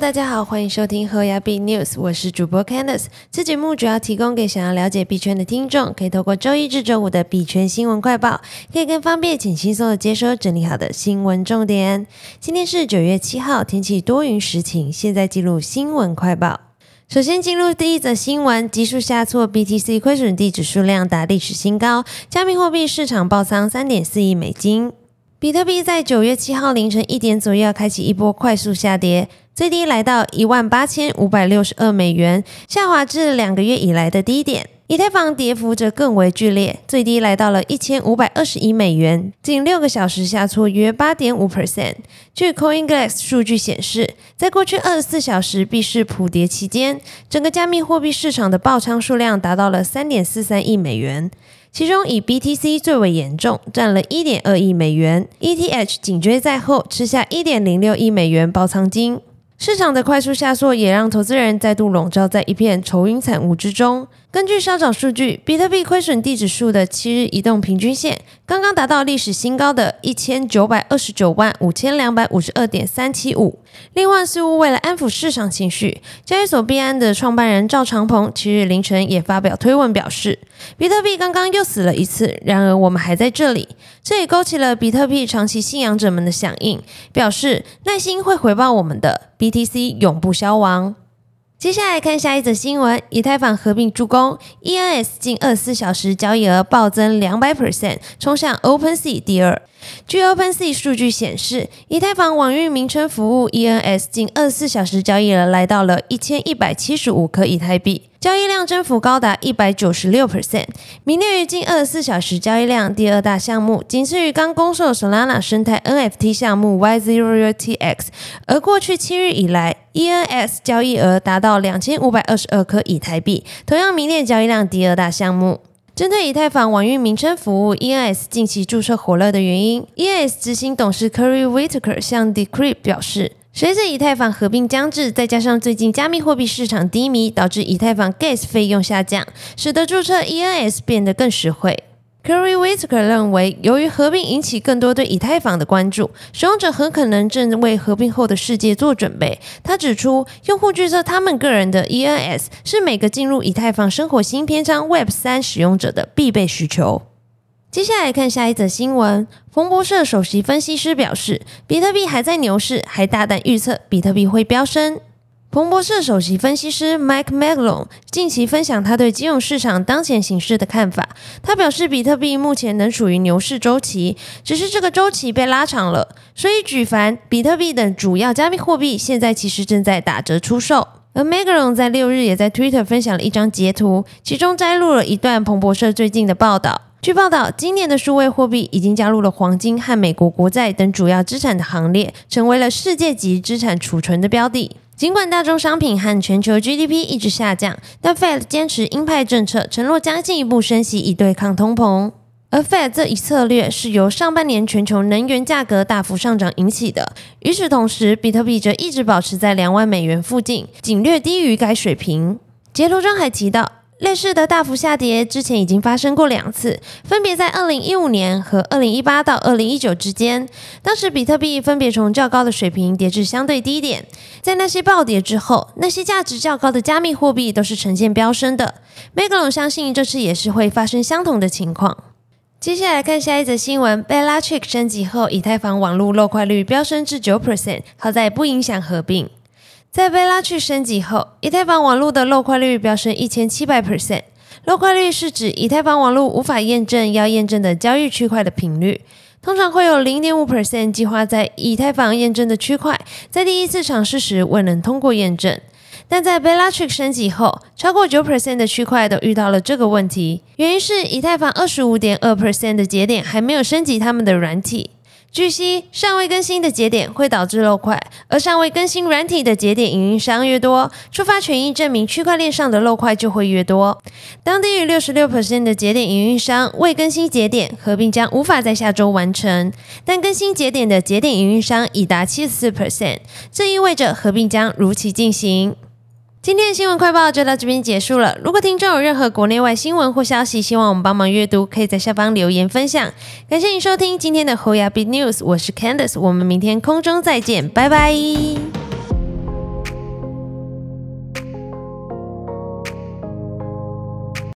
大家好，欢迎收听后牙币 News， 我是主播 Candice。这节目主要提供给想要了解币圈的听众，可以透过周一至周五的币圈新闻快报，可以更方便且轻松的接收整理好的新闻重点。今天是9月7号，天气多云时晴。现在进入新闻快报。首先进入第一则新闻，急速下挫 BTC 亏损地址数量达历史新高，加密货币市场爆仓 3.4 亿美金。比特币在9月7号凌晨1点左右开启一波快速下跌，最低来到 18,562 美元，下滑至2个月以来的低点。以太坊跌幅则更为剧烈，最低来到了 1,521 美元，仅6个小时下挫约 8.5%。据 CoinGlass 数据显示，在过去24小时币市普跌期间，整个加密货币市场的爆仓数量达到了 3.43 亿美元。其中以 BTC 最为严重，占了 1.2 亿美元 ，ETH 紧追在后，吃下 1.06 亿美元爆仓金。市场的快速下挫也让投资人再度笼罩在一片愁云惨雾之中。根据稍早数据，比特币亏损地指数的7日移动平均线刚刚达到历史新高的 19295252.375。另外，似乎为了安抚市场情绪，交易所币安的创办人赵长鹏7日凌晨也发表推文表示，比特币刚刚又死了一次，然而我们还在这里。这也勾起了比特币长期信仰者们的响应，表示耐心会回报我们的， BTC 永不消亡。接下来看下一则新闻，以太坊合并助攻 ENS 近24小时交易额暴增 200%， 冲向 OpenSea 第二。据 OpenSea 数据显示，以太坊网运名称服务 ENS 近24小时交易额来到了1175颗以太币，交易量增幅高达 196%， 名列于近24小时交易量第二大项目，仅次于刚公售 Solana 生态 NFT 项目 Y0TX。 而过去7日以来， ENS 交易额达到2522颗以太币，同样名列交易量第二大项目。针对以太坊网运名称服务 ENS 近期注册火热的原因， ENS 执行董事 Cory Whitaker 向 Decrypt 表示，随着以太坊合并将至，再加上最近加密货币市场低迷，导致以太坊 Gas 费用下降，使得注册 ENS 变得更实惠。Cory Whitaker 认为，由于合并引起更多对以太坊的关注，使用者很可能正为合并后的世界做准备。他指出，用户注册他们个人的 ENS 是每个进入以太坊生活新篇章 Web3 使用者的必备需求。接下来看下一则新闻，彭博社首席分析师表示，比特币还在牛市，还大胆预测比特币会飙升。彭博社首席分析师 Mike Maglone 近期分享他对金融市场当前形势的看法。他表示，比特币目前仍处于牛市周期，只是这个周期被拉长了，所以举凡比特币等主要加密货币现在其实正在打折出售。而 Maglone 在6日也在 Twitter 分享了一张截图，其中摘录了一段彭博社最近的报道。据报道，今年的数位货币已经加入了黄金和美国国债等主要资产的行列，成为了世界级资产储存的标的。尽管大宗商品和全球 GDP 一直下降，但 Fed 坚持鹰派政策，承诺将进一步升息以对抗通膨。而 Fed 这一策略是由上半年全球能源价格大幅上涨引起的。与此同时，比特币则一直保持在2万美元附近，仅略低于该水平。截图中还提到，类似的大幅下跌之前已经发生过2次，分别在2015年和2018到2019之间。当时比特币分别从较高的水平跌至相对低点。在那些暴跌之后，那些价值较高的加密货币都是呈现飙升的。Maglone 相信这次也是会发生相同的情况。接下来看下一则新闻， Bellatrix 升级后，以太坊网络漏块率飙升至 9%， 好在不影响合并。在 Bellatrix 升级后，以太坊网络的漏块率飙升 1700%。 漏块率是指以太坊网络无法验证要验证的交易区块的频率，通常会有 0.5% 计划在以太坊验证的区块，在第一次尝试时未能通过验证。但在 Bellatrix 升级后，超过 9% 的区块都遇到了这个问题，原因是以太坊 25.2% 的节点还没有升级他们的软体。据悉，尚未更新的节点会导致漏块，而尚未更新软体的节点营运商越多，触发权益证明区块链上的漏块就会越多。当低于 66% 的节点营运商未更新节点，合并将无法在下周完成，但更新节点的节点营运商已达 74%， 这意味着合并将如期进行。今天的新闻快报就到这边结束了。如果听众有任何国内外新闻或消息，希望我们帮忙阅读，可以在下方留言分享。感谢你收听今天的后牙币 News， 我是 Candice， 我们明天空中再见，拜拜。